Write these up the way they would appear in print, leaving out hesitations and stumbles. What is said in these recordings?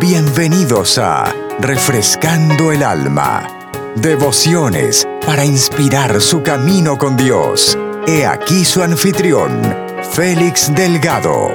Bienvenidos a Refrescando el Alma. Devociones para inspirar su camino con Dios. He aquí su anfitrión, Félix Delgado.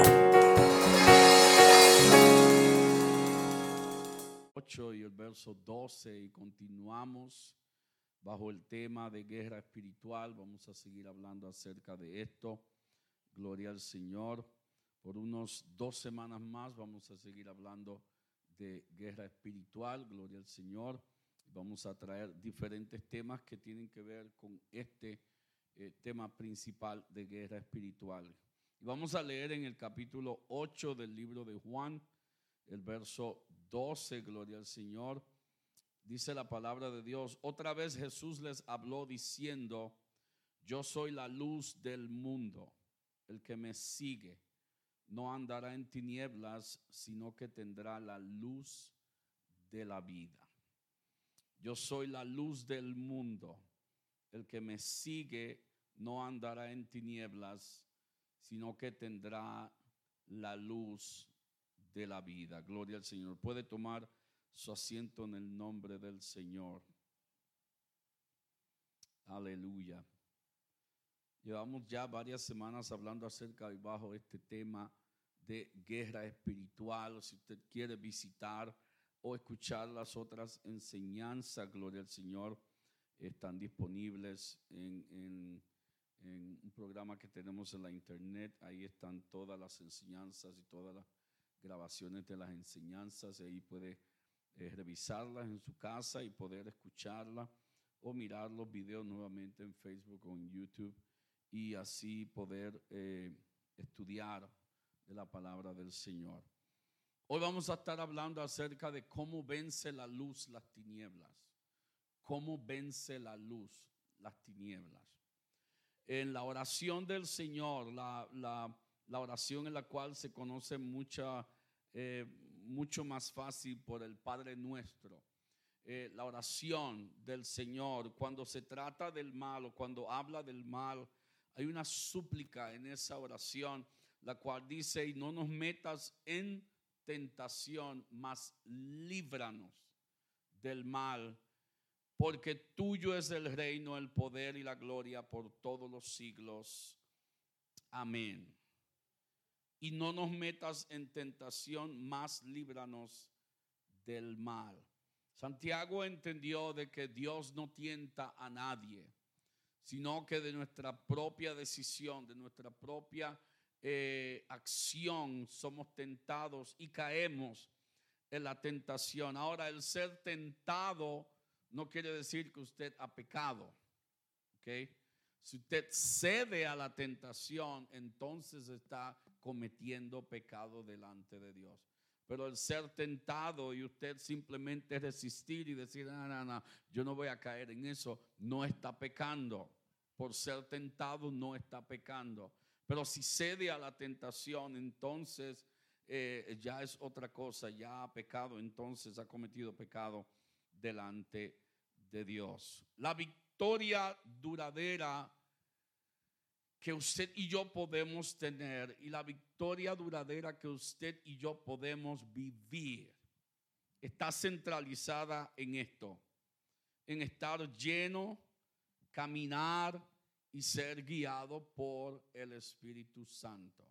8 y el verso 12 y continuamos bajo el tema de guerra espiritual. Vamos a seguir hablando acerca de esto. Gloria al Señor. Por unos 2 semanas más vamos a seguir hablando de guerra espiritual. Gloria al Señor. Vamos a traer diferentes temas que tienen que ver con este tema principal de guerra espiritual. Y vamos a leer en el capítulo 8 del libro de Juan, el verso 12, gloria al Señor. Dice la palabra de Dios: otra vez Jesús les habló diciendo: yo soy la luz del mundo. El que me sigue no andará en tinieblas, sino que tendrá la luz de la vida. Yo soy la luz del mundo. El que me sigue no andará en tinieblas, sino que tendrá la luz de la vida. Gloria al Señor. Puede tomar su asiento en el nombre del Señor. Aleluya. Llevamos ya varias semanas hablando acerca y bajo este tema de guerra espiritual. Si usted quiere visitar o escuchar las otras enseñanzas, gloria al Señor, están disponibles en un programa que tenemos en la internet. Ahí están todas las enseñanzas y todas las grabaciones de las enseñanzas. Y ahí puede revisarlas en su casa y poder escucharlas o mirar los videos nuevamente en Facebook o en YouTube y así poder estudiar de la palabra del Señor. Hoy vamos a estar hablando acerca de cómo vence la luz las tinieblas. Cómo vence la luz las tinieblas. En la oración del Señor, la oración en la cual se conoce mucho más fácil por el Padre Nuestro. La oración del Señor, cuando se trata del mal o cuando habla del mal, hay una súplica en esa oración, la cual dice: y no nos metas en tentación, mas líbranos del mal, porque tuyo es el reino, el poder y la gloria por todos los siglos. Amén. Y no nos metas en tentación, mas líbranos del mal. Santiago entendió de que Dios no tienta a nadie, sino que de nuestra propia decisión, de nuestra propia acción somos tentados y caemos en la tentación. Ahora, el ser tentado no quiere decir que usted ha pecado, ¿ok? Si usted cede a la tentación, entonces está cometiendo pecado delante de Dios. Pero el ser tentado y usted simplemente resistir y decir: no, yo no voy a caer en eso, no está pecando. Por ser tentado no está pecando. Pero si cede a la tentación, entonces ya es otra cosa, ya ha pecado, entonces ha cometido pecado delante de Dios. La victoria duradera que usted y yo podemos tener y la victoria duradera que usted y yo podemos vivir está centralizada en esto: en estar lleno, caminar y ser guiado por el Espíritu Santo.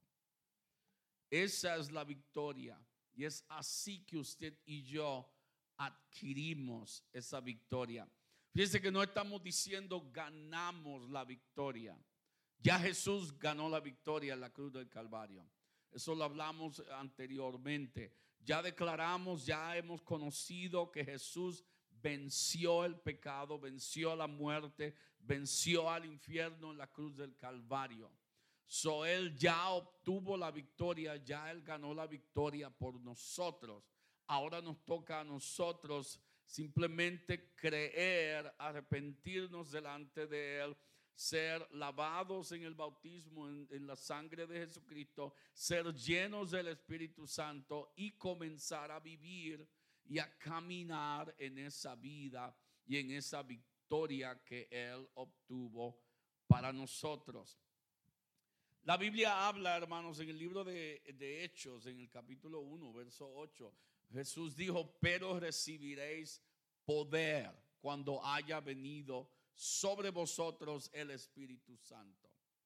Esa es la victoria, y es así que usted y yo adquirimos esa victoria. Fíjense que no estamos diciendo ganamos la victoria. Ya Jesús ganó la victoria en la cruz del Calvario. Eso lo hablamos anteriormente. Ya declaramos, ya hemos conocido que Jesús venció el pecado, venció la muerte, venció al infierno en la cruz del Calvario. Él ya obtuvo la victoria, ya Él ganó la victoria por nosotros. Ahora nos toca a nosotros simplemente creer, arrepentirnos delante de Él, ser lavados en el bautismo en la sangre de Jesucristo, ser llenos del Espíritu Santo y comenzar a vivir y a caminar en esa vida y en esa victoria que Él obtuvo para nosotros. La Biblia habla, hermanos, en el libro de Hechos, en el capítulo 1, verso 8, Jesús dijo, pero recibiréis poder cuando haya venido sobre vosotros el Espíritu Santo.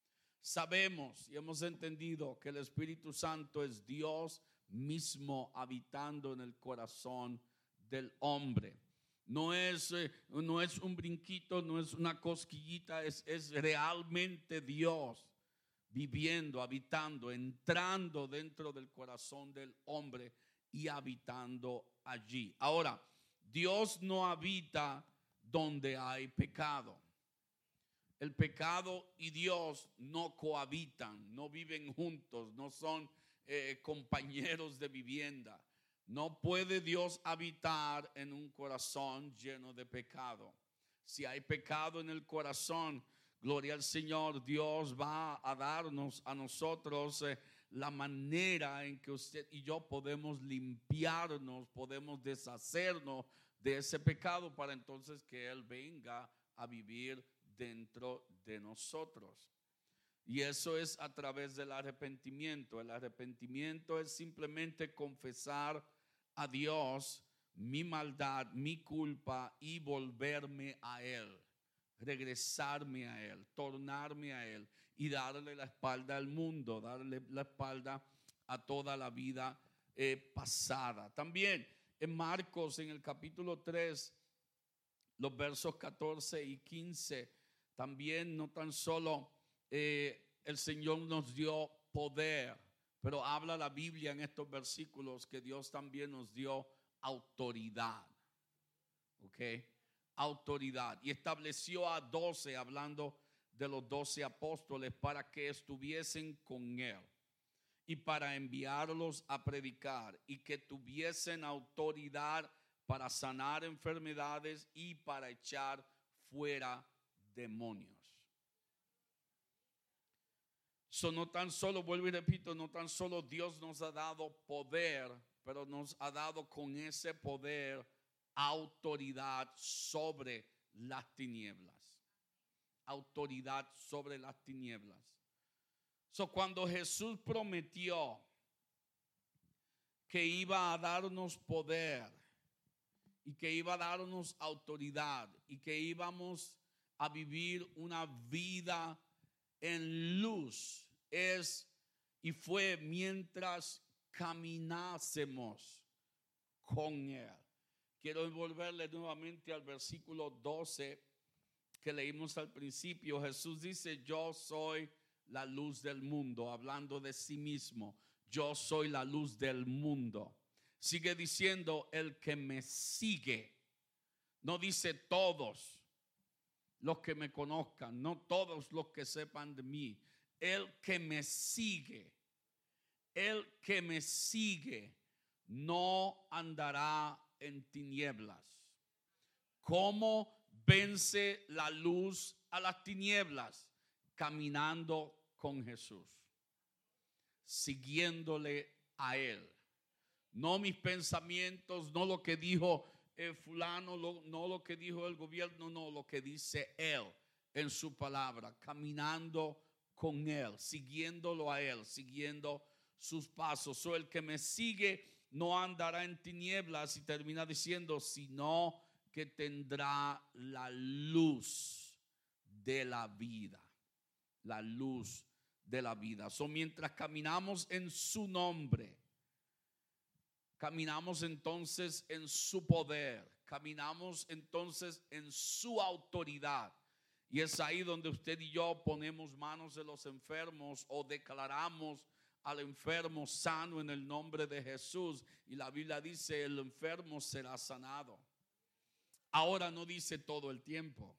Sabemos y hemos entendido que el Espíritu Santo es Dios mismo habitando en el corazón del hombre. No es un brinquito, no es una cosquillita, es realmente Dios viviendo, habitando, entrando dentro del corazón del hombre y habitando allí. Ahora, Dios no habita donde hay pecado. El pecado y Dios no cohabitan, no viven juntos, no son compañeros de vivienda. No puede Dios habitar en un corazón lleno de pecado. Si hay pecado en el corazón, gloria al Señor, Dios va a darnos a nosotros la manera en que usted y yo podemos limpiarnos, podemos deshacernos de ese pecado para entonces que Él venga a vivir dentro de nosotros. Y eso es a través del arrepentimiento. El arrepentimiento es simplemente confesar a Dios mi maldad, mi culpa y volverme a Él, regresarme a Él, tornarme a Él y darle la espalda al mundo, darle la espalda a toda la vida pasada. También en Marcos, en el capítulo 3, los versos 14 y 15, también no tan solo el Señor nos dio poder, pero habla la Biblia en estos versículos que Dios también nos dio autoridad. ¿Ok? Autoridad. Y estableció a 12, hablando de los 12 apóstoles, para que estuviesen con Él y para enviarlos a predicar y que tuviesen autoridad para sanar enfermedades y para echar fuera demonios. No tan solo, vuelvo y repito, no tan solo Dios nos ha dado poder, pero nos ha dado con ese poder autoridad sobre las tinieblas. Autoridad sobre las tinieblas. Cuando Jesús prometió que iba a darnos poder y que iba a darnos autoridad y que íbamos a vivir una vida en luz, y fue mientras caminásemos con Él. Quiero volverle nuevamente al versículo 12 que leímos al principio. Jesús dice, yo soy la luz del mundo, hablando de sí mismo. Yo soy la luz del mundo. Sigue diciendo, el que me sigue. No dice todos los que me conozcan, no todos los que sepan de mí. El que me sigue no andará en tinieblas. ¿Cómo vence la luz a las tinieblas? Caminando con Jesús, siguiéndole a Él. No mis pensamientos, no lo que dijo fulano, no lo que dijo el gobierno, no lo que dice Él en su palabra, caminando con Él, siguiéndolo a Él, siguiendo sus pasos. El que me sigue no andará en tinieblas, y termina diciendo, sino que tendrá la luz de la vida. La luz de la vida. Mientras caminamos en su nombre, caminamos entonces en su poder, caminamos entonces en su autoridad. Y es ahí donde usted y yo ponemos manos de los enfermos o declaramos al enfermo sano en el nombre de Jesús. Y la Biblia dice, el enfermo será sanado. Ahora no dice todo el tiempo,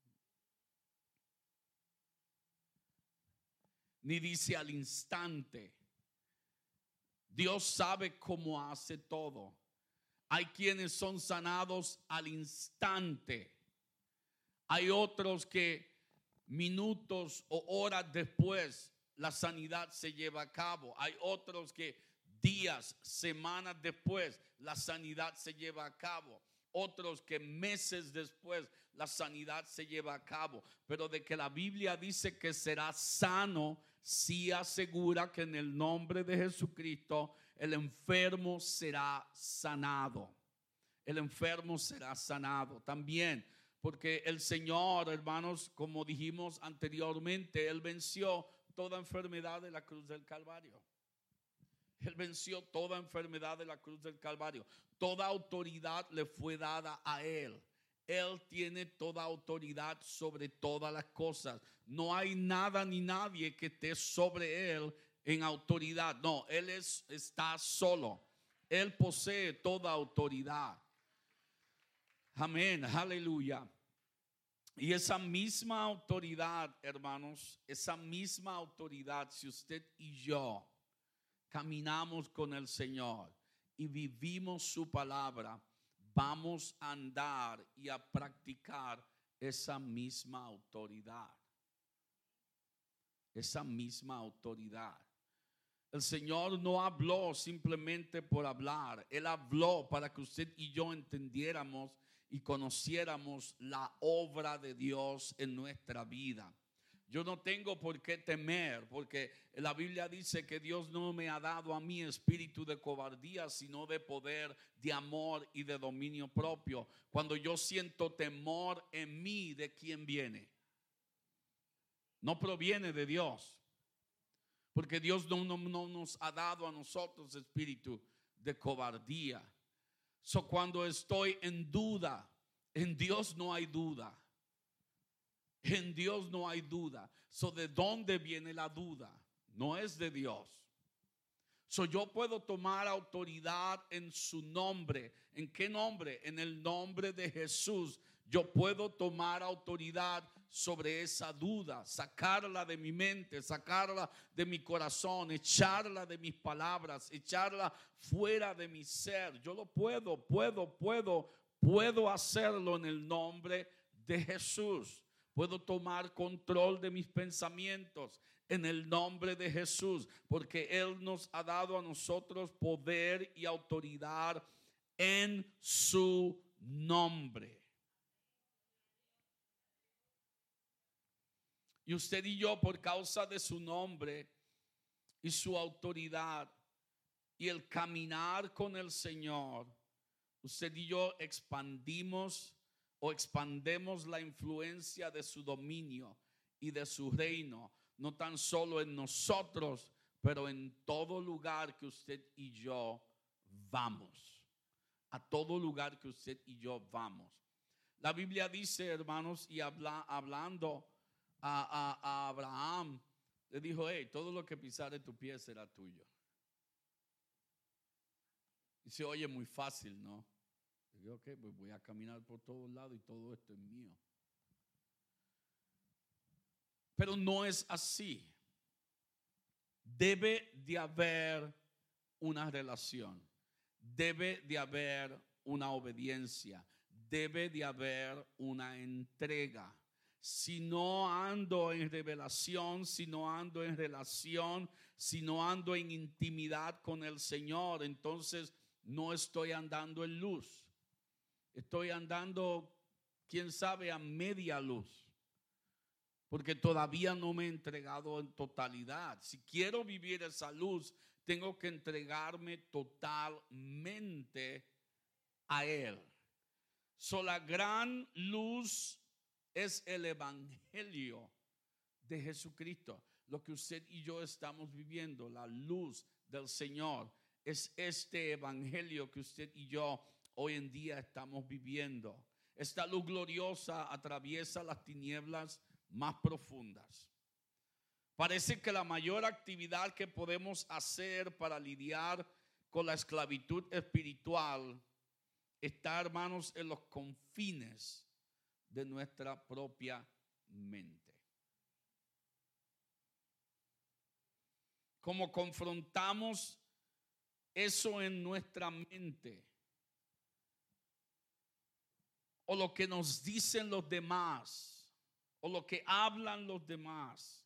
ni dice al instante. Dios sabe cómo hace todo. Hay quienes son sanados al instante. Hay otros que minutos o horas después la sanidad se lleva a cabo. Hay otros que días, semanas después la sanidad se lleva a cabo. otros que meses después la sanidad se lleva a cabo. Pero de que la Biblia dice que será sano, sí asegura que en el nombre de Jesucristo el enfermo será sanado. El enfermo será sanado también, porque el Señor, hermanos, como dijimos anteriormente, Él venció toda enfermedad de la cruz del Calvario. Él venció toda enfermedad de la cruz del Calvario. Toda autoridad le fue dada a Él. Él tiene toda autoridad sobre todas las cosas. No hay nada ni nadie que esté sobre Él en autoridad. No, Él está solo. Él posee toda autoridad. Amén, aleluya. Y esa misma autoridad, hermanos, esa misma autoridad, si usted y yo caminamos con el Señor y vivimos su palabra, vamos a andar y a practicar esa misma autoridad. Esa misma autoridad. El Señor no habló simplemente por hablar. Él habló para que usted y yo entendiéramos y conociéramos la obra de Dios en nuestra vida. Yo no tengo por qué temer, porque la Biblia dice que Dios no me ha dado a mí espíritu de cobardía, sino de poder, de amor y de dominio propio. Cuando yo siento temor en mí, ¿de quién viene? No proviene de Dios, porque Dios no nos ha dado a nosotros espíritu de cobardía. So, cuando estoy en duda, en Dios no hay duda. En Dios no hay duda. So, ¿de dónde viene la duda? No es de Dios. So, yo puedo tomar autoridad en su nombre. ¿En qué nombre? En el nombre de Jesús. Yo puedo tomar autoridad sobre esa duda, sacarla de mi mente, sacarla de mi corazón, echarla de mis palabras, echarla fuera de mi ser. Yo lo puedo hacerlo en el nombre de Jesús. Puedo tomar control de mis pensamientos en el nombre de Jesús, porque Él nos ha dado a nosotros poder y autoridad en su nombre. Y usted y yo, por causa de su nombre y su autoridad y el caminar con el Señor, usted y yo expandemos la influencia de su dominio y de su reino, no tan solo en nosotros, pero en todo lugar que usted y yo vamos. A todo lugar que usted y yo vamos. La Biblia dice, hermanos, y hablando a Abraham, le dijo: hey, todo lo que pisare tu pie será tuyo. Y se oye muy fácil, ¿no? Digo, ok, pues voy a caminar por todos lados y todo esto es mío. Pero no es así. Debe de haber una relación. Debe de haber una obediencia. Debe de haber una entrega. Si no ando en revelación, si no ando en relación, si no ando en intimidad con el Señor, entonces no estoy andando en luz. Estoy andando, quién sabe, a media luz, porque todavía no me he entregado en totalidad. Si quiero vivir esa luz, tengo que entregarme totalmente a Él. So, la gran luz es el evangelio de Jesucristo. Lo que usted y yo estamos viviendo, la luz del Señor, es este evangelio que usted y yo hoy en día estamos viviendo. Esta luz gloriosa atraviesa las tinieblas más profundas. Parece que la mayor actividad que podemos hacer para lidiar con la esclavitud espiritual está, hermanos, en los confines de nuestra propia mente. Como confrontamos eso en nuestra mente, o lo que nos dicen los demás, o lo que hablan los demás,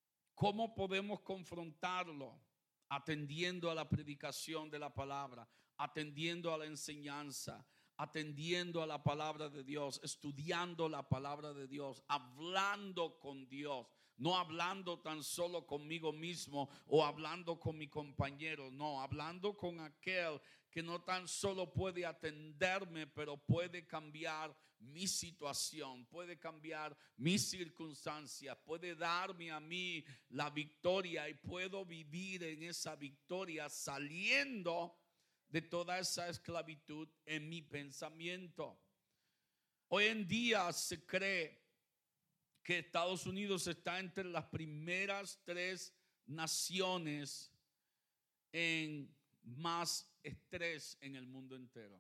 ¿cómo podemos confrontarlo? Atendiendo a la predicación de la palabra, atendiendo a la enseñanza, atendiendo a la palabra de Dios, estudiando la palabra de Dios, hablando con Dios, no hablando tan solo conmigo mismo o hablando con mi compañero, no, hablando con aquel que no tan solo puede atenderme, pero puede cambiar mi situación, puede cambiar mis circunstancias, puede darme a mí la victoria y puedo vivir en esa victoria saliendo de toda esa esclavitud en mi pensamiento. Hoy en día se cree que Estados Unidos está entre las primeras 3 naciones en más estrés en el mundo entero.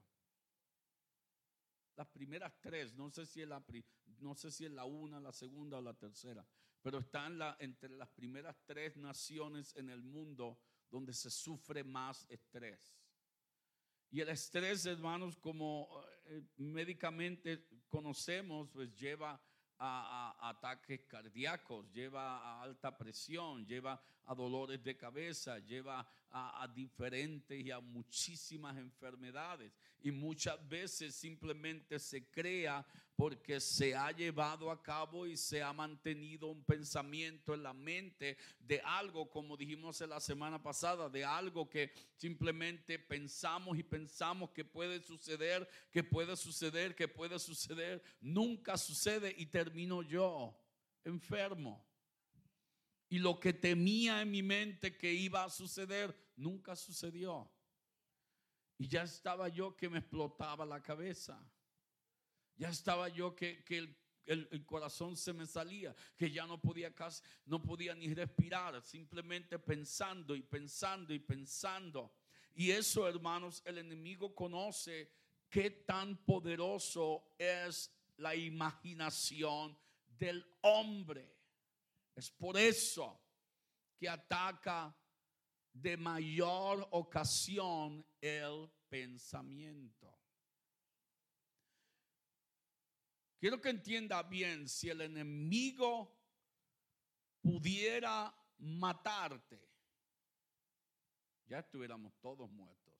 Las primeras 3, no sé si es la una, la segunda o la tercera, pero está entre las primeras 3 naciones en el mundo donde se sufre más estrés. Y el estrés, hermanos, como médicamente conocemos, pues lleva a ataques cardíacos, lleva a alta presión, lleva a dolores de cabeza, lleva a diferentes y a muchísimas enfermedades. Y muchas veces simplemente se crea porque se ha llevado a cabo y se ha mantenido un pensamiento en la mente de algo, como dijimos en la semana pasada, de algo que simplemente pensamos y pensamos que puede suceder, que puede suceder, que puede suceder. Nunca sucede y termino yo enfermo. Y lo que temía en mi mente que iba a suceder, nunca sucedió. Y ya estaba yo que me explotaba la cabeza. Ya estaba yo que el corazón se me salía, que ya no podía ni respirar, simplemente pensando y pensando y pensando. Y eso, hermanos, el enemigo conoce qué tan poderoso es la imaginación del hombre. Es por eso que ataca de mayor ocasión el pensamiento. Quiero que entienda bien, si el enemigo pudiera matarte, ya estuviéramos todos muertos.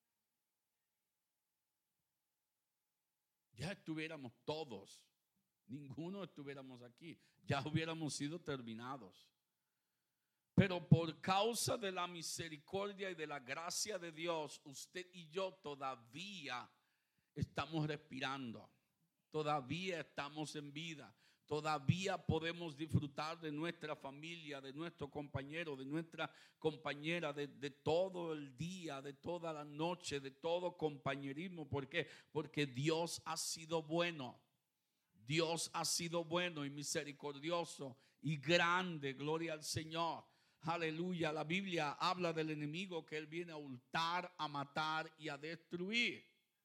Ya estuviéramos todos, ninguno estuviéramos aquí, ya hubiéramos sido terminados. Pero por causa de la misericordia y de la gracia de Dios, usted y yo todavía estamos respirando. Todavía estamos en vida, todavía podemos disfrutar de nuestra familia, de nuestro compañero, de nuestra compañera, de todo el día, de toda la noche, de todo compañerismo. ¿Por qué? Porque Dios ha sido bueno. Dios ha sido bueno y misericordioso y grande. Gloria al Señor. Aleluya. La Biblia habla del enemigo que él viene a hurtar, a matar y a destruir.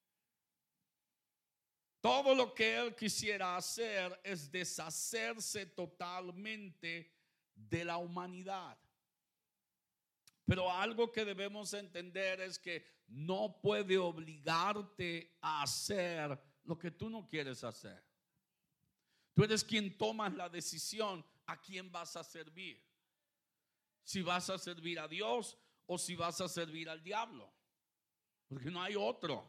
Todo lo que él quisiera hacer es deshacerse totalmente de la humanidad. Pero algo que debemos entender es que no puede obligarte a hacer lo que tú no quieres hacer. Tú eres quien tomas la decisión a quién vas a servir. Si vas a servir a Dios o si vas a servir al diablo. Porque no hay otro.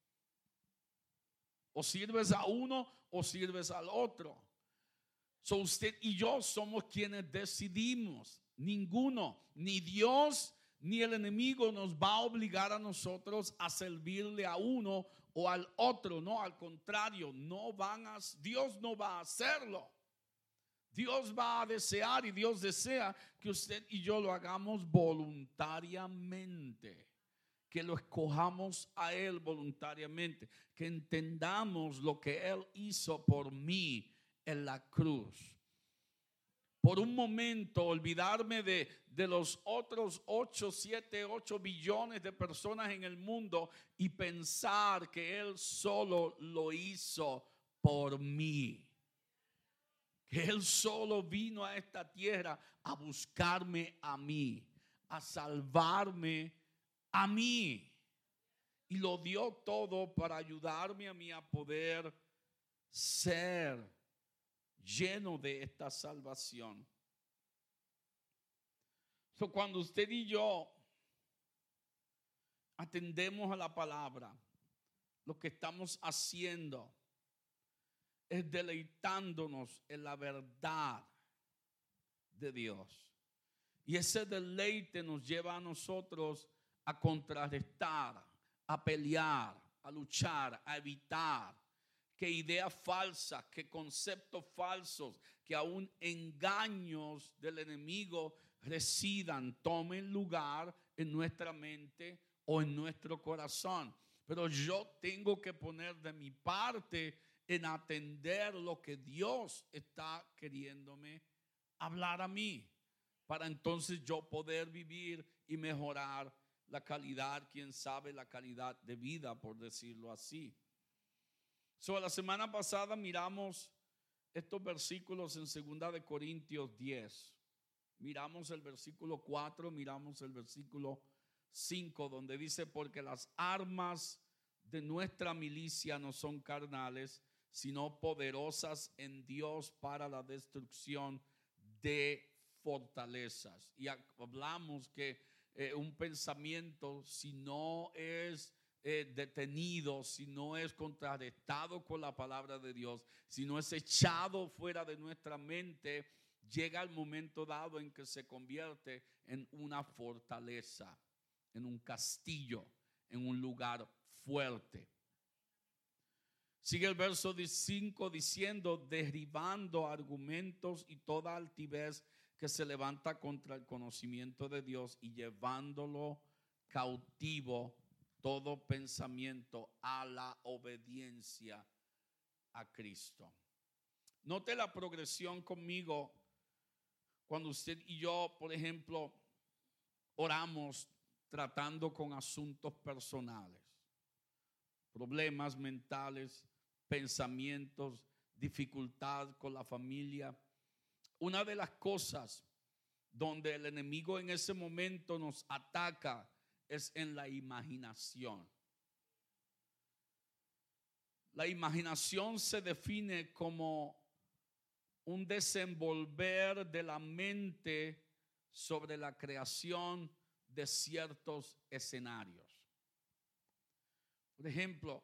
O sirves a uno o sirves al otro. So usted y yo somos quienes decidimos. Ninguno, ni Dios ni el enemigo nos va a obligar a nosotros a servirle a uno o al otro. No, al contrario, Dios no va a hacerlo. Dios va a desear y Dios desea que usted y yo lo hagamos voluntariamente. Que lo escojamos a Él voluntariamente, que entendamos lo que Él hizo por mí en la cruz. Por un momento olvidarme de los otros 8 billones de personas en el mundo y pensar que Él solo lo hizo por mí. Que Él solo vino a esta tierra a buscarme a mí, a salvarme a mí, y lo dio todo para ayudarme a mí a poder ser lleno de esta salvación. Cuando usted y yo atendemos a la palabra, lo que estamos haciendo es deleitándonos en la verdad de Dios. Y ese deleite nos lleva a nosotros a contrarrestar, a pelear, a luchar, a evitar que ideas falsas, que conceptos falsos, que aún engaños del enemigo residan, tomen lugar en nuestra mente o en nuestro corazón. Pero yo tengo que poner de mi parte en atender lo que Dios está queriéndome hablar a mí, para entonces yo poder vivir y mejorar la calidad, quién sabe, la calidad de vida, por decirlo así. La semana pasada miramos estos versículos en 2 de Corintios 10. Miramos el versículo 4, miramos el versículo 5, donde dice: porque las armas de nuestra milicia no son carnales, sino poderosas en Dios para la destrucción de fortalezas. Y hablamos que un pensamiento, si no es detenido, si no es contrarrestado con la palabra de Dios, si no es echado fuera de nuestra mente, llega el momento dado en que se convierte en una fortaleza, en un castillo, en un lugar fuerte. Sigue el verso 5 diciendo: derribando argumentos y toda altivez que se levanta contra el conocimiento de Dios, y llevándolo cautivo todo pensamiento a la obediencia a Cristo. Note la progresión conmigo cuando usted y yo, por ejemplo, oramos tratando con asuntos personales, problemas mentales, pensamientos, dificultad con la familia. Una de las cosas donde el enemigo en ese momento nos ataca es en la imaginación. La imaginación se define como un desenvolver de la mente sobre la creación de ciertos escenarios. Por ejemplo,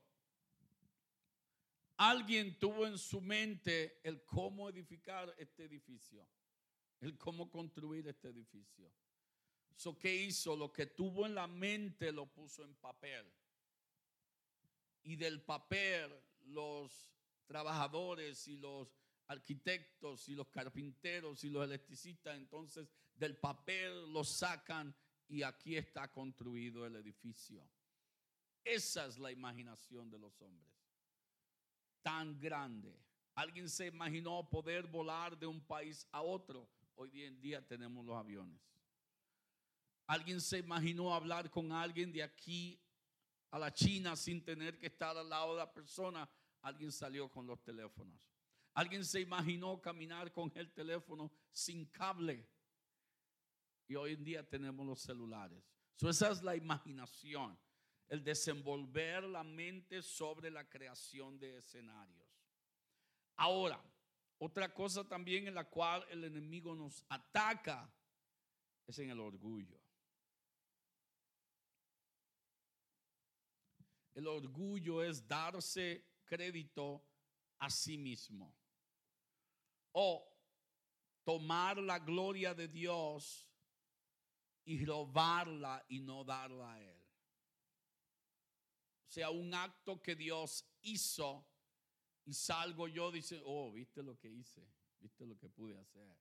alguien tuvo en su mente el cómo edificar este edificio, el cómo construir este edificio. ¿Qué hizo? Lo que tuvo en la mente lo puso en papel. Y del papel los trabajadores y los arquitectos y los carpinteros y los electricistas, entonces del papel lo sacan y aquí está construido el edificio. Esa es la imaginación de los hombres, tan grande. Alguien se imaginó poder volar de un país a otro. Hoy en día tenemos los aviones. Alguien se imaginó hablar con alguien de aquí a la China sin tener que estar al lado de la persona. Alguien salió con los teléfonos. Alguien se imaginó caminar con el teléfono sin cable. Y hoy en día tenemos los celulares. Esa es la imaginación, el desenvolver la mente sobre la creación de escenarios. Ahora, otra cosa también en la cual el enemigo nos ataca es en el orgullo. El orgullo es darse crédito a sí mismo o tomar la gloria de Dios y robarla y no darla a Él. O sea, un acto que Dios hizo y salgo yo diciendo: oh, ¿viste lo que hice? ¿Viste lo que pude hacer?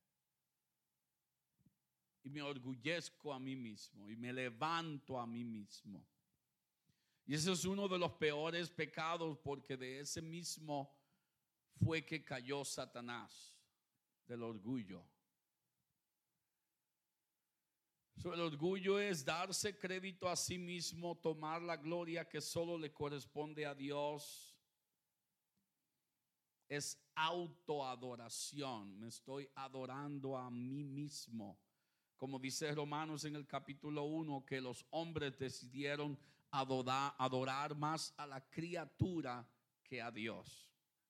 Y me orgullezco a mí mismo y me levanto a mí mismo. Y ese es uno de los peores pecados, porque de ese mismo fue que cayó Satanás, del orgullo. El orgullo es darse crédito a sí mismo, tomar la gloria que solo le corresponde a Dios. Es autoadoración. Me estoy adorando a mí mismo. Como dice Romanos en el capítulo 1, que los hombres decidieron adorar más a la criatura que a Dios.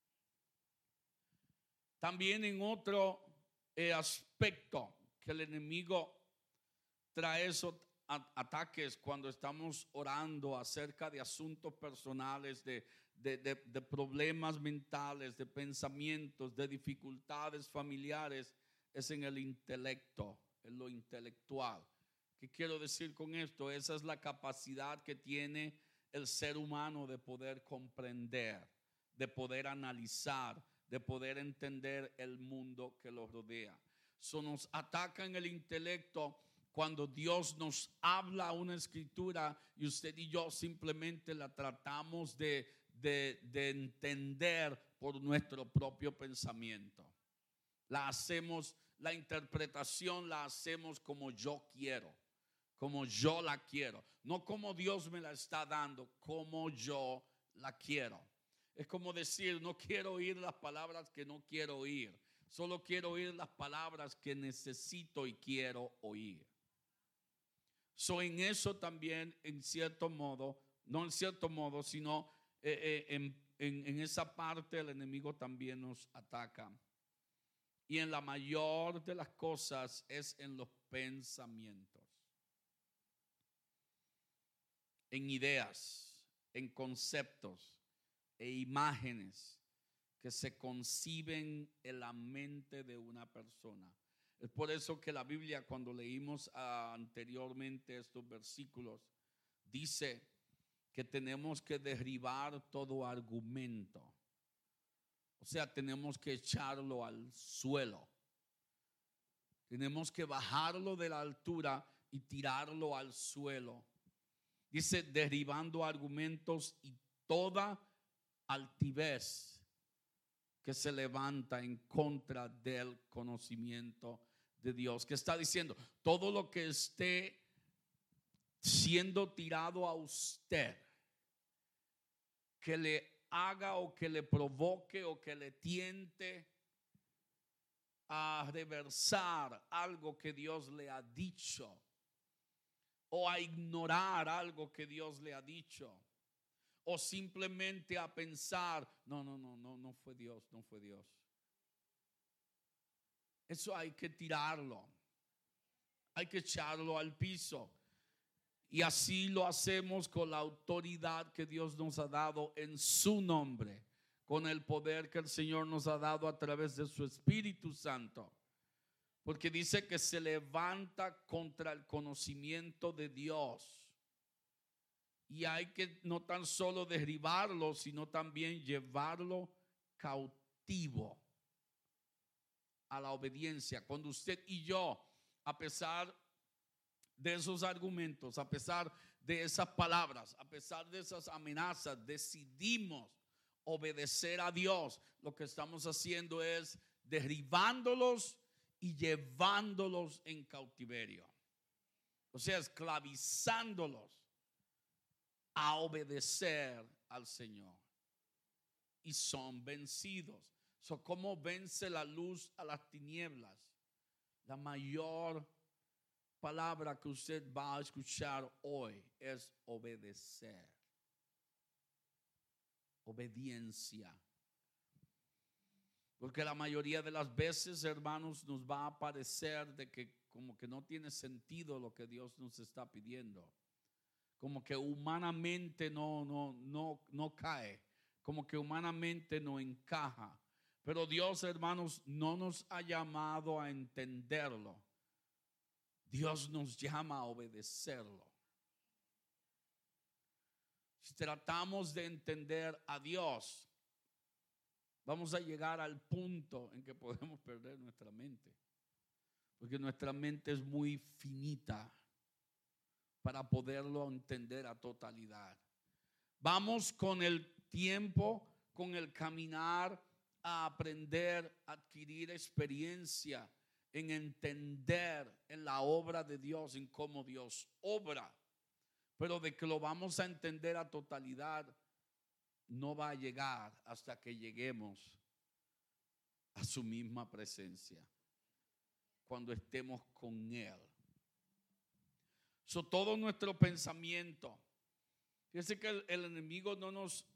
También en otro aspecto que el enemigo trae eso ataques cuando estamos orando acerca de asuntos personales, de problemas mentales, de pensamientos, de dificultades familiares, es en el intelecto, en lo intelectual. ¿Qué quiero decir con esto? Esa es la capacidad que tiene el ser humano de poder comprender, de poder analizar, de poder entender el mundo que los rodea. Nos ataca en el intelecto cuando Dios nos habla una escritura y usted y yo simplemente la tratamos de entender por nuestro propio pensamiento. La interpretación la hacemos como yo quiero, como yo la quiero, no como Dios me la está dando, como yo la quiero. Es como decir, no quiero oír las palabras que no quiero oír, solo quiero oír las palabras que necesito y quiero oír. En eso también, en cierto modo, no en cierto modo, sino en esa parte el enemigo también nos ataca. Y en la mayor de las cosas es en los pensamientos, en ideas, en conceptos e imágenes que se conciben en la mente de una persona. Es por eso que la Biblia, cuando leímos anteriormente estos versículos, dice que tenemos que derribar todo argumento. O sea, tenemos que echarlo al suelo. Tenemos que bajarlo de la altura y tirarlo al suelo. Dice, derribando argumentos y toda altivez que se levanta en contra del conocimiento de Dios. ¿Qué está diciendo? Todo lo que esté siendo tirado a usted, que le haga o que le provoque o que le tiente a reversar algo que Dios le ha dicho, o a ignorar algo que Dios le ha dicho, o simplemente a pensar, no fue Dios, no fue Dios. Eso hay que tirarlo, hay que echarlo al piso. Y así lo hacemos con la autoridad que Dios nos ha dado en su nombre, con el poder que el Señor nos ha dado a través de su Espíritu Santo. Porque dice que se levanta contra el conocimiento de Dios. Y hay que no tan solo derribarlo, sino también llevarlo cautivo a la obediencia. Cuando usted y yo, a pesar de esos argumentos, a pesar de esas palabras, a pesar de esas amenazas, decidimos obedecer a Dios, lo que estamos haciendo es derribándolos y llevándolos en cautiverio. O sea, esclavizándolos a obedecer al Señor. Y son vencidos. ¿Cómo vence la luz a las tinieblas? La mayor palabra que usted va a escuchar hoy es obedecer. Obediencia. Porque la mayoría de las veces, hermanos, nos va a parecer de que como que no tiene sentido lo que Dios nos está pidiendo. Como que humanamente no cae. Como que humanamente no encaja. Pero Dios, hermanos, no nos ha llamado a entenderlo. Dios nos llama a obedecerlo. Si tratamos de entender a Dios, vamos a llegar al punto en que podemos perder nuestra mente. Porque nuestra mente es muy finita para poderlo entender a totalidad. Vamos con el tiempo, con el caminar, a aprender, a adquirir experiencia en entender en la obra de Dios, en cómo Dios obra. Pero de que lo vamos a entender a totalidad, no va a llegar hasta que lleguemos a su misma presencia, cuando estemos con Él. Todo nuestro pensamiento. Fíjense que el enemigo no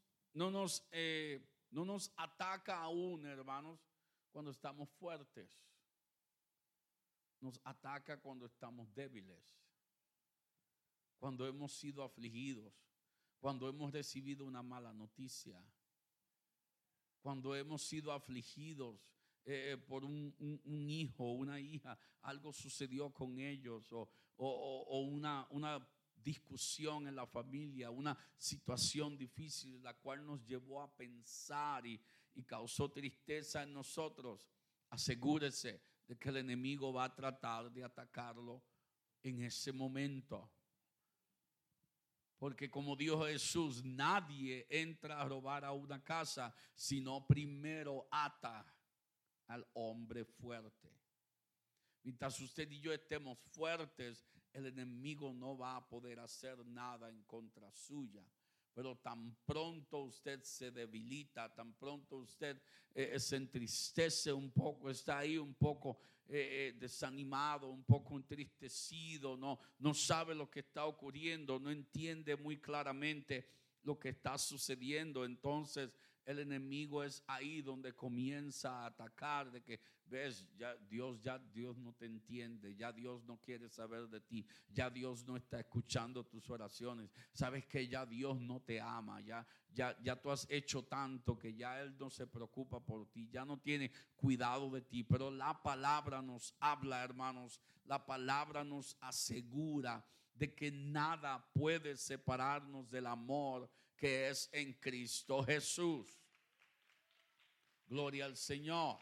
nos ataca aún, hermanos, cuando estamos fuertes. Nos ataca cuando estamos débiles. cuando hemos sido afligidos, cuando hemos recibido una mala noticia, cuando hemos sido afligidos por un hijo, una hija, algo sucedió con ellos o una discusión en la familia, una situación difícil, la cual nos llevó a pensar y causó tristeza en nosotros. Asegúrese de que el enemigo va a tratar de atacarlo en ese momento. Porque como dijo Jesús, nadie entra a robar a una casa, sino primero ata al hombre fuerte. Mientras usted y yo estemos fuertes, el enemigo no va a poder hacer nada en contra suya. Pero tan pronto usted se debilita, tan pronto usted se entristece un poco, está ahí un poco desanimado, un poco entristecido, no sabe lo que está ocurriendo, no entiende muy claramente lo que está sucediendo, entonces el enemigo es ahí donde comienza a atacar, de que ves, ya Dios no te entiende, ya Dios no quiere saber de ti, ya Dios no está escuchando tus oraciones, sabes que ya Dios no te ama, ya tú has hecho tanto que ya Él no se preocupa por ti, ya no tiene cuidado de ti. Pero la palabra nos habla, hermanos, la palabra nos asegura de que nada puede separarnos del amor que es en Cristo Jesús. Gloria al Señor.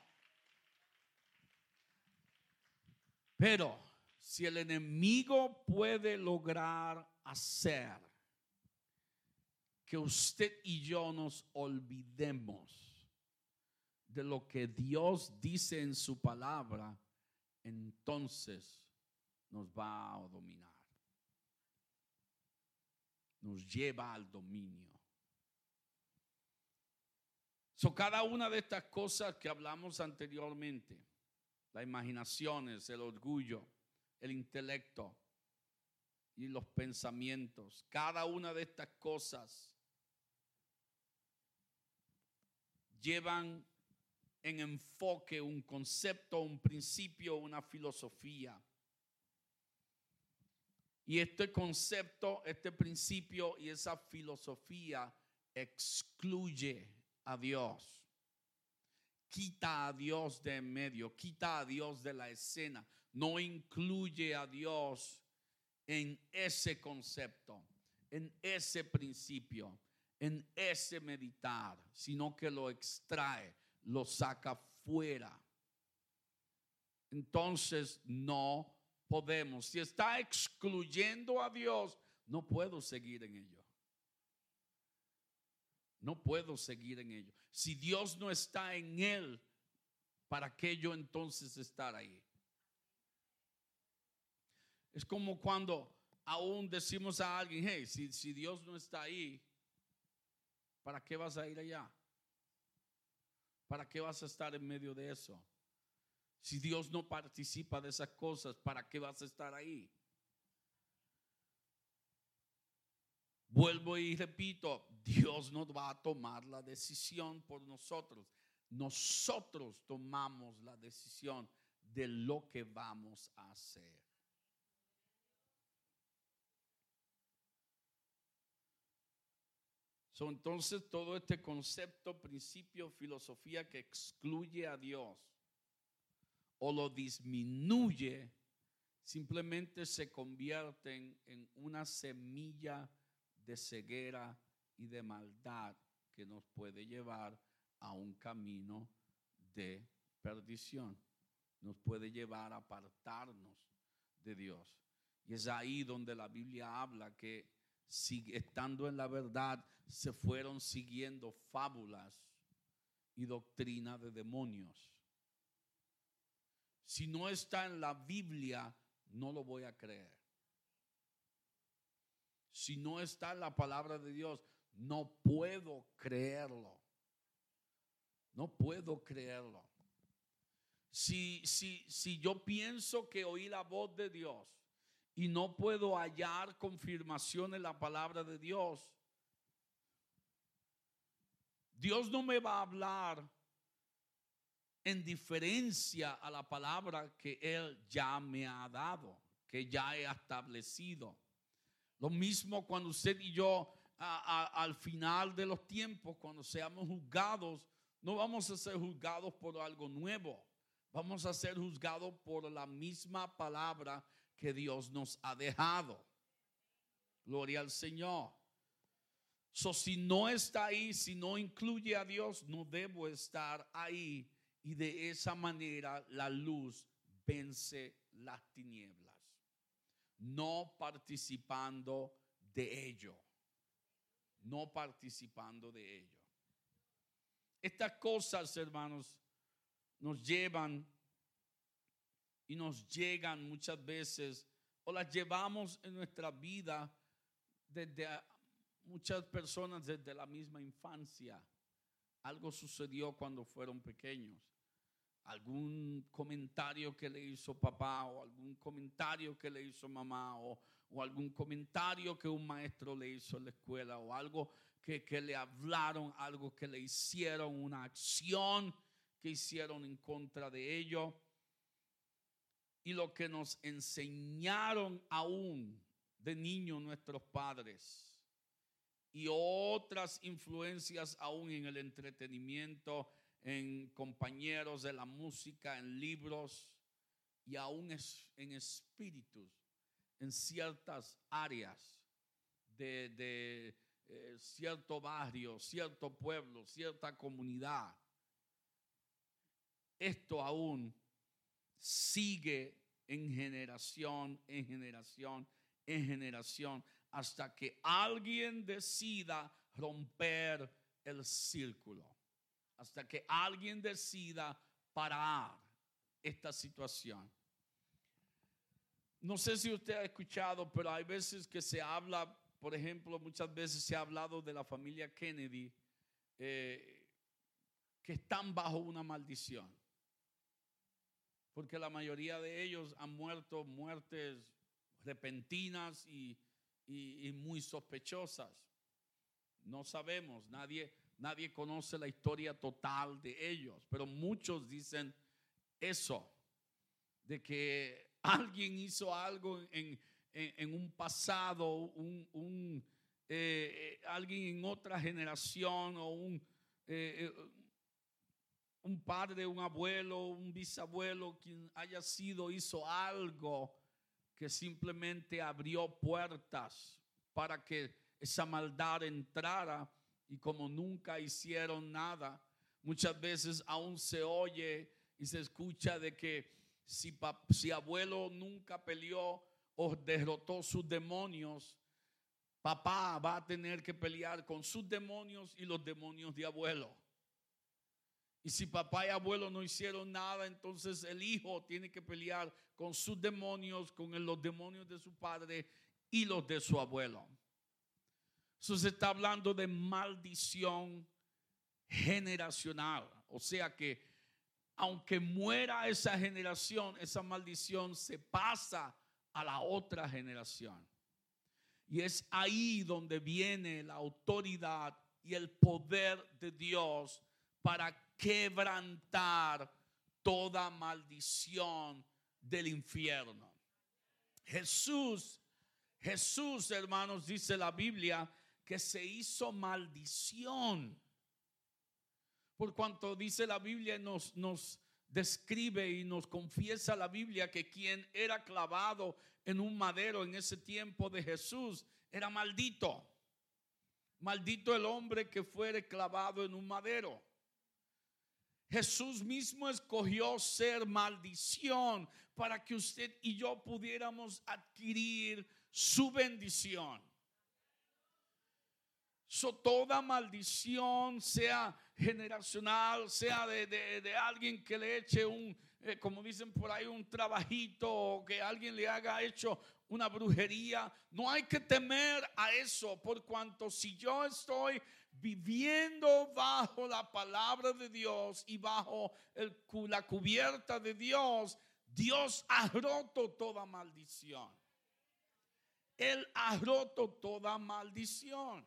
Pero si el enemigo puede lograr hacer que usted y yo nos olvidemos de lo que Dios dice en su palabra, entonces nos va a dominar. Nos lleva al dominio. Cada una de estas cosas que hablamos anteriormente, las imaginaciones, el orgullo, el intelecto y los pensamientos, cada una de estas cosas llevan en enfoque un concepto, un principio, una filosofía. Y este concepto, este principio y esa filosofía excluye a Dios. Quita a Dios de en medio, quita a Dios de la escena. No incluye a Dios en ese concepto, en ese principio, en ese meditar, sino que lo extrae, lo saca fuera. Entonces no podemos. Si está excluyendo a Dios, no puedo seguir en ello. No puedo seguir en ello. Si Dios no está en él, ¿para qué yo entonces estar ahí? Es como cuando aún decimos a alguien, hey, si Dios no está ahí, ¿para qué vas a ir allá? ¿Para qué vas a estar en medio de eso? Si Dios no participa de esas cosas, ¿para qué vas a estar ahí? Vuelvo y repito, Dios no va a tomar la decisión por nosotros. Nosotros tomamos la decisión de lo que vamos a hacer. Entonces todo este concepto, principio, filosofía que excluye a Dios o lo disminuye, simplemente se convierten en una semilla de ceguera y de maldad que nos puede llevar a un camino de perdición. Nos puede llevar a apartarnos de Dios. Y es ahí donde la Biblia habla que estando en la verdad se fueron siguiendo fábulas y doctrina de demonios. Si no está en la Biblia, no lo voy a creer. Si no está en la palabra de Dios, no puedo creerlo. No puedo creerlo. Si yo pienso que oí la voz de Dios y no puedo hallar confirmación en la palabra de Dios, Dios no me va a hablar en diferencia a la palabra que Él ya me ha dado, que ya he establecido. Lo mismo cuando usted y yo al final de los tiempos, cuando seamos juzgados, no vamos a ser juzgados por algo nuevo. Vamos a ser juzgados por la misma palabra que Dios nos ha dejado. Gloria al Señor. Si no está ahí, si no incluye a Dios, no debo estar ahí. Y de esa manera la luz vence las tinieblas, no participando de ello. No participando de ello. Estas cosas, hermanos, nos llevan y nos llegan muchas veces, o las llevamos en nuestra vida desde muchas personas desde la misma infancia. Algo sucedió cuando fueron pequeños. Algún comentario que le hizo papá, o algún comentario que le hizo mamá, o algún comentario que un maestro le hizo en la escuela, o algo que le hablaron, algo que le hicieron, una acción que hicieron en contra de ellos. Y lo que nos enseñaron aún de niños nuestros padres, y otras influencias aún en el entretenimiento, en compañeros de la música, en libros y aún en espíritus, en ciertas áreas de cierto barrio, cierto pueblo, cierta comunidad. Esto aún sigue en generación, en generación, en generación, hasta que alguien decida romper el círculo, hasta que alguien decida parar esta situación. No sé si usted ha escuchado, pero hay veces que se habla, por ejemplo, muchas veces se ha hablado de la familia Kennedy, que están bajo una maldición, porque la mayoría de ellos han muerto muertes repentinas y muy sospechosas. No sabemos, nadie conoce la historia total de ellos, pero muchos dicen eso, de que alguien hizo algo en un pasado, alguien en otra generación, o un padre, un abuelo, un bisabuelo, quien haya sido, hizo algo que simplemente abrió puertas para que esa maldad entrara, y como nunca hicieron nada, muchas veces aún se oye y se escucha de que si abuelo nunca peleó o derrotó sus demonios, papá va a tener que pelear con sus demonios y los demonios de abuelo. Y si papá y abuelo no hicieron nada, entonces el hijo tiene que pelear con sus demonios, con los demonios de su padre y los de su abuelo. Eso se está hablando de maldición generacional. O sea que aunque muera esa generación, esa maldición se pasa a la otra generación. Y es ahí donde viene la autoridad y el poder de Dios para quebrantar toda maldición del infierno. Jesús, hermanos, dice la Biblia que se hizo maldición. Por cuanto dice la Biblia, nos describe y nos confiesa la Biblia que quien era clavado en un madero en ese tiempo de Jesús era maldito. Maldito el hombre que fuere clavado en un madero. Jesús mismo escogió ser maldición para que usted y yo pudiéramos adquirir su bendición. Toda maldición, sea generacional, sea de alguien que le eche como dicen por ahí, un trabajito, o que alguien le haya hecho una brujería, no hay que temer a eso, por cuanto si yo estoy viviendo bajo la palabra de Dios y bajo la cubierta de Dios, Dios ha roto toda maldición. Él ha roto toda maldición.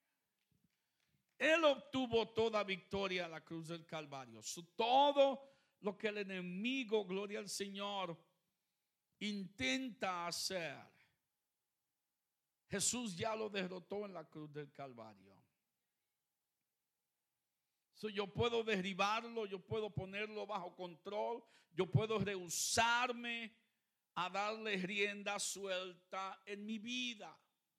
Él obtuvo toda victoria a la cruz del Calvario. Todo lo que el enemigo, gloria al Señor, intenta hacer, Jesús ya lo derrotó en la cruz del Calvario. Yo puedo derribarlo, yo puedo ponerlo bajo control, yo puedo rehusarme a darle rienda suelta en mi vida.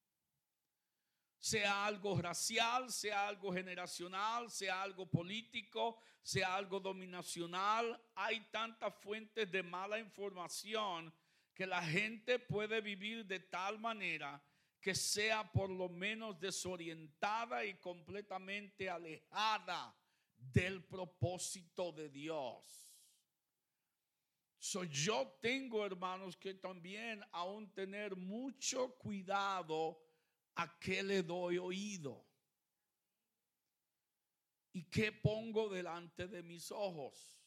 Sea algo racial, sea algo generacional, sea algo político, sea algo dominacional. Hay tantas fuentes de mala información que la gente puede vivir de tal manera que sea por lo menos desorientada y completamente alejada del propósito de Dios. Yo tengo, hermanos, que también aún tener mucho cuidado a qué le doy oído y qué pongo delante de mis ojos.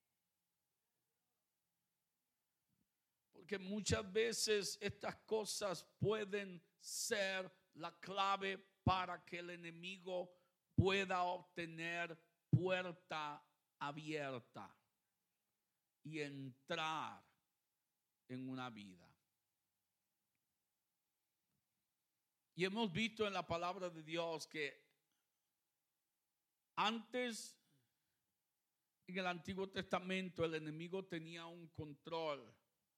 Porque muchas veces estas cosas pueden ser la clave para que el enemigo pueda obtener puerta abierta y entrar en una vida. Y hemos visto en la palabra de Dios que antes, en el Antiguo Testamento, el enemigo tenía un control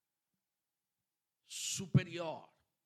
superior,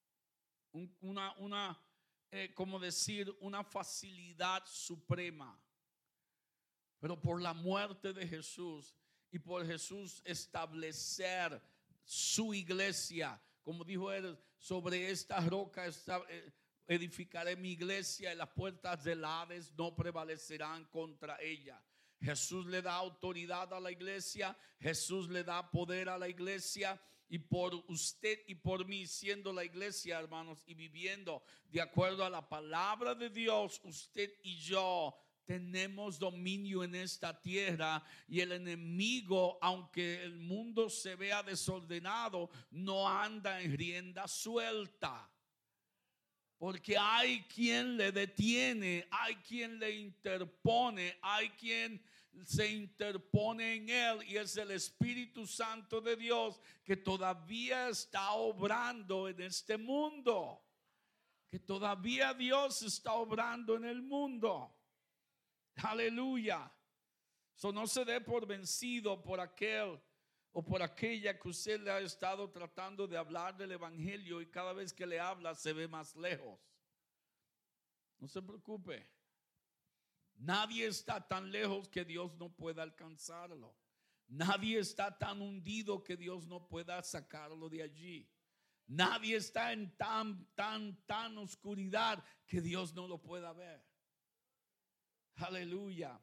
como decir, una facilidad suprema. Pero por la muerte de Jesús y por Jesús establecer su iglesia, como dijo él, sobre esta roca edificaré mi iglesia y las puertas del Hades no prevalecerán contra ella. Jesús le da autoridad a la iglesia, Jesús le da poder a la iglesia. Y por usted y por mí, siendo la iglesia, hermanos, y viviendo de acuerdo a la palabra de Dios, usted y yo tenemos dominio en esta tierra. Y el enemigo, aunque el mundo se vea desordenado, no anda en rienda suelta. Porque hay quien le detiene, hay quien le interpone, hay quien se interpone en él, y es el Espíritu Santo de Dios que todavía está obrando en este mundo, que todavía Dios está obrando en el mundo. Aleluya. No se dé por vencido por aquel o por aquella que usted le ha estado tratando de hablar del evangelio y cada vez que le habla se ve más lejos. No se preocupe. Nadie está tan lejos que Dios no pueda alcanzarlo. Nadie está tan hundido que Dios no pueda sacarlo de allí. Nadie está en tan oscuridad que Dios no lo pueda ver. Aleluya.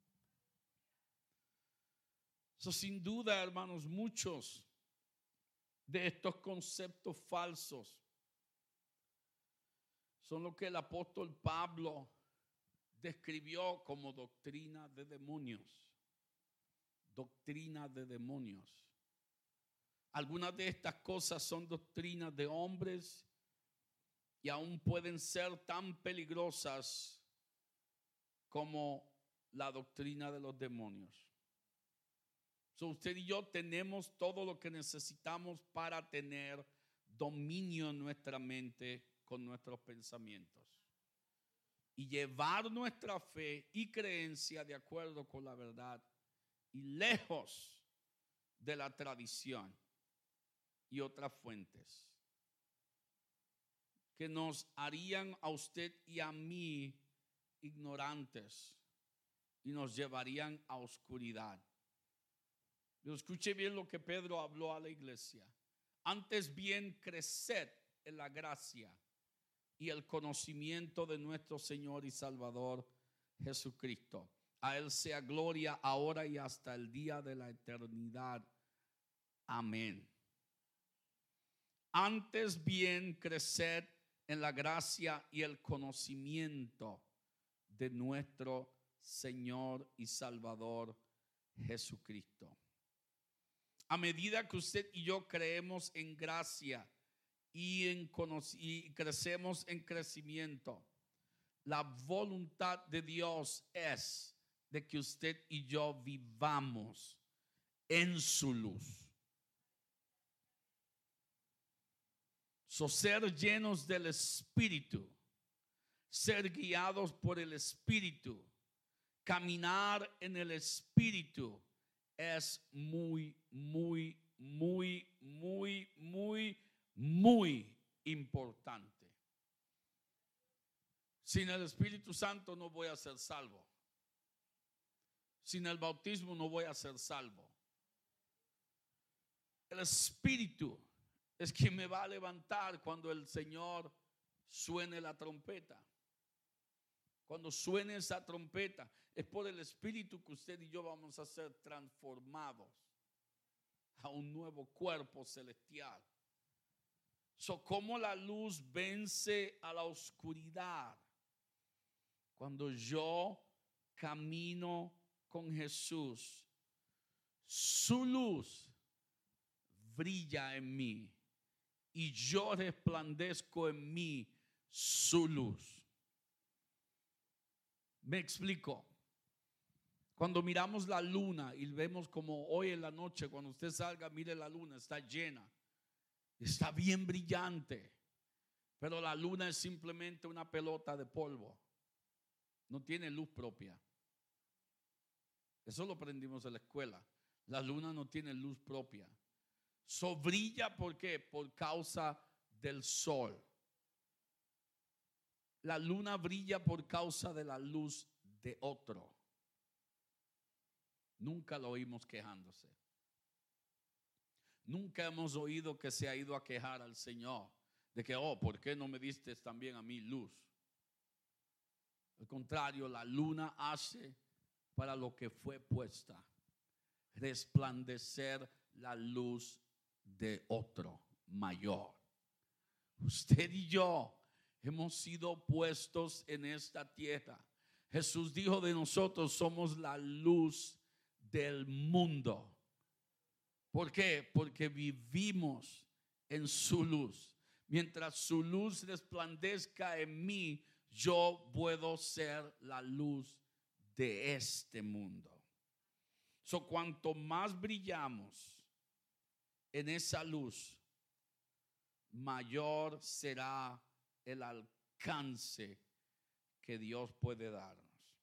Sin duda, hermanos, muchos de estos conceptos falsos son lo que el apóstol Pablo describió como doctrina de demonios. Doctrina de demonios. Algunas de estas cosas son doctrinas de hombres y aún pueden ser tan peligrosas como la doctrina de los demonios. Usted y yo tenemos todo lo que necesitamos para tener dominio en nuestra mente con nuestros pensamientos y llevar nuestra fe y creencia de acuerdo con la verdad y lejos de la tradición y otras fuentes que nos harían a usted y a mí ignorantes y nos llevarían a oscuridad. Pero escuche bien lo que Pedro habló a la iglesia. Antes bien, creced en la gracia y el conocimiento de nuestro Señor y Salvador Jesucristo. A Él sea gloria ahora y hasta el día de la eternidad. Amén. Antes bien, creced en la gracia y el conocimiento de nuestro Señor y Salvador Jesucristo. A medida que usted y yo creemos en gracia y crecemos en crecimiento, la voluntad de Dios es de que usted y yo vivamos en su luz. So, ser llenos del Espíritu, ser guiados por el Espíritu, caminar en el Espíritu es muy, muy, muy, muy, muy, muy importante. Sin el Espíritu Santo no voy a ser salvo. Sin el bautismo no voy a ser salvo. El Espíritu es quien me va a levantar cuando el Señor suene la trompeta. Cuando suene esa trompeta, es por el Espíritu que usted y yo vamos a ser transformados a un nuevo cuerpo celestial. So, ¿cómo la luz vence a la oscuridad? Cuando yo camino con Jesús, su luz brilla en mí y yo resplandezco en mí su luz. Me explico. Cuando miramos la luna y vemos como hoy en la noche, cuando usted salga, mire la luna, está llena, está bien brillante, pero la luna es simplemente una pelota de polvo, no tiene luz propia. Eso lo aprendimos en la escuela. La luna no tiene luz propia. So brilla, ¿por qué? Por causa del sol. La luna brilla por causa de la luz de otro. Nunca lo oímos quejándose. Nunca hemos oído que se ha ido a quejar al Señor de que, ¿por qué no me diste también a mí luz? Al contrario, la luna hace para lo que fue puesta, resplandecer la luz de otro mayor. Usted y yo hemos sido puestos en esta tierra. Jesús dijo de nosotros, somos la luz del mundo. ¿Por qué? Porque vivimos en su luz. Mientras su luz resplandezca en mí, yo puedo ser la luz de este mundo. So, cuanto más brillamos en esa luz, mayor será el alcance que Dios puede darnos.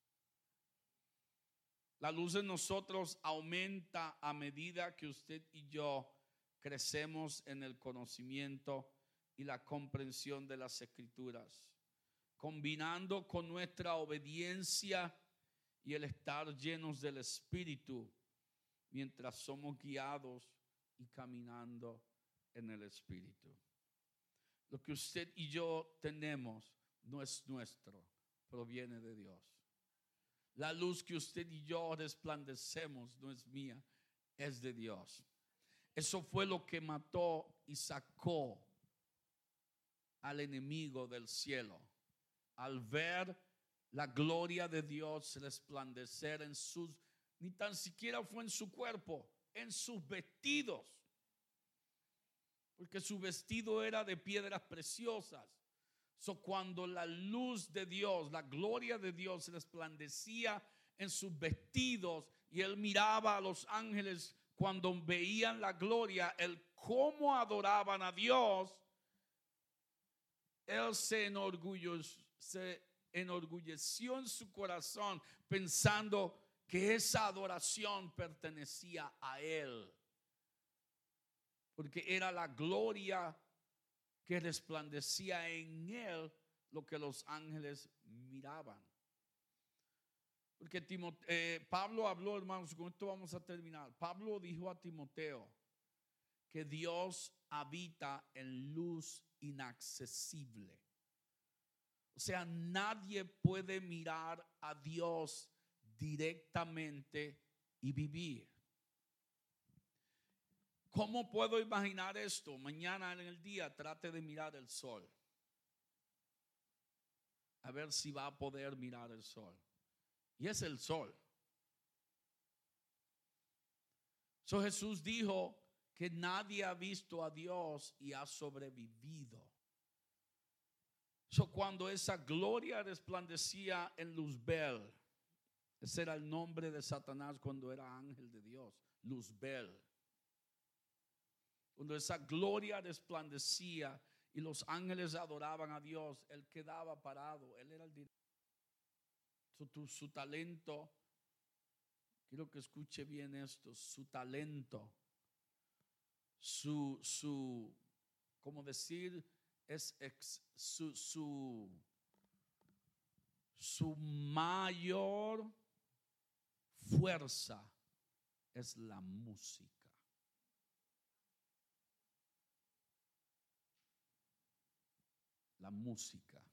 La luz en nosotros aumenta a medida que usted y yo crecemos en el conocimiento y la comprensión de las Escrituras, combinando con nuestra obediencia y el estar llenos del Espíritu mientras somos guiados y caminando en el Espíritu. Lo que usted y yo tenemos no es nuestro, proviene de Dios. La luz que usted y yo resplandecemos no es mía, es de Dios. Eso fue lo que mató y sacó al enemigo del cielo. Al ver la gloria de Dios resplandecer en sus, ni tan siquiera fue en su cuerpo, en sus vestidos. Porque su vestido era de piedras preciosas. So, cuando la luz de Dios, la gloria de Dios resplandecía en sus vestidos y él miraba a los ángeles cuando veían la gloria, el cómo adoraban a Dios, él se enorgulleció en su corazón pensando que esa adoración pertenecía a él. Porque era la gloria que resplandecía en él lo que los ángeles miraban. Porque Pablo habló, hermanos, con esto vamos a terminar. Pablo dijo a Timoteo que Dios habita en luz inaccesible. O sea, nadie puede mirar a Dios directamente y vivir. ¿Cómo puedo imaginar esto? Mañana en el día trate de mirar el sol. A ver si va a poder mirar el sol. Y es el sol. So, Jesús dijo que nadie ha visto a Dios y ha sobrevivido. So, cuando esa gloria resplandecía en Luzbel, ese era el nombre de Satanás cuando era ángel de Dios, Luzbel. Cuando esa gloria resplandecía y los ángeles adoraban a Dios, él quedaba parado. Él era el director. Su talento, quiero que escuche bien esto, su talento, como decir, su mayor fuerza es la música. La música.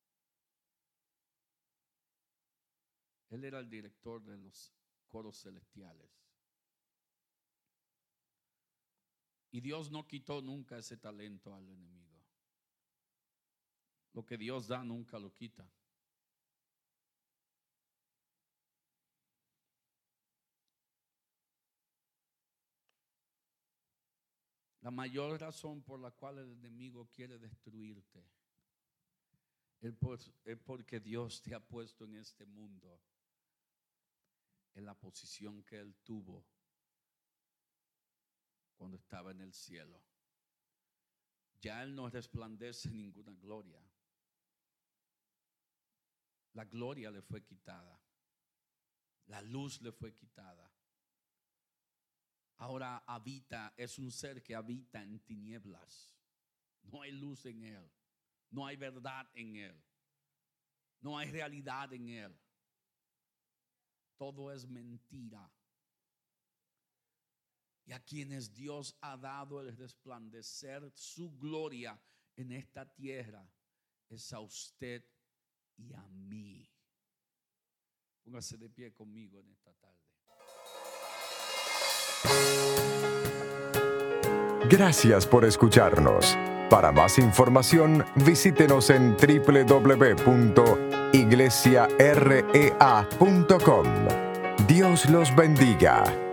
Él era el director de los coros celestiales. Y Dios no quitó nunca ese talento al enemigo. Lo que Dios da nunca lo quita. La mayor razón por la cual el enemigo quiere destruirte es porque Dios te ha puesto en este mundo en la posición que Él tuvo cuando estaba en el cielo. Ya Él no resplandece ninguna gloria. La gloria le fue quitada. La luz le fue quitada. Ahora es un ser que habita en tinieblas. No hay luz en Él. No hay verdad en Él. No hay realidad en Él. Todo es mentira. Y a quienes Dios ha dado el resplandecer su gloria en esta tierra es a usted y a mí. Póngase de pie conmigo en esta tarde. Gracias por escucharnos. Para más información, visítenos en www.iglesiarea.com. Dios los bendiga.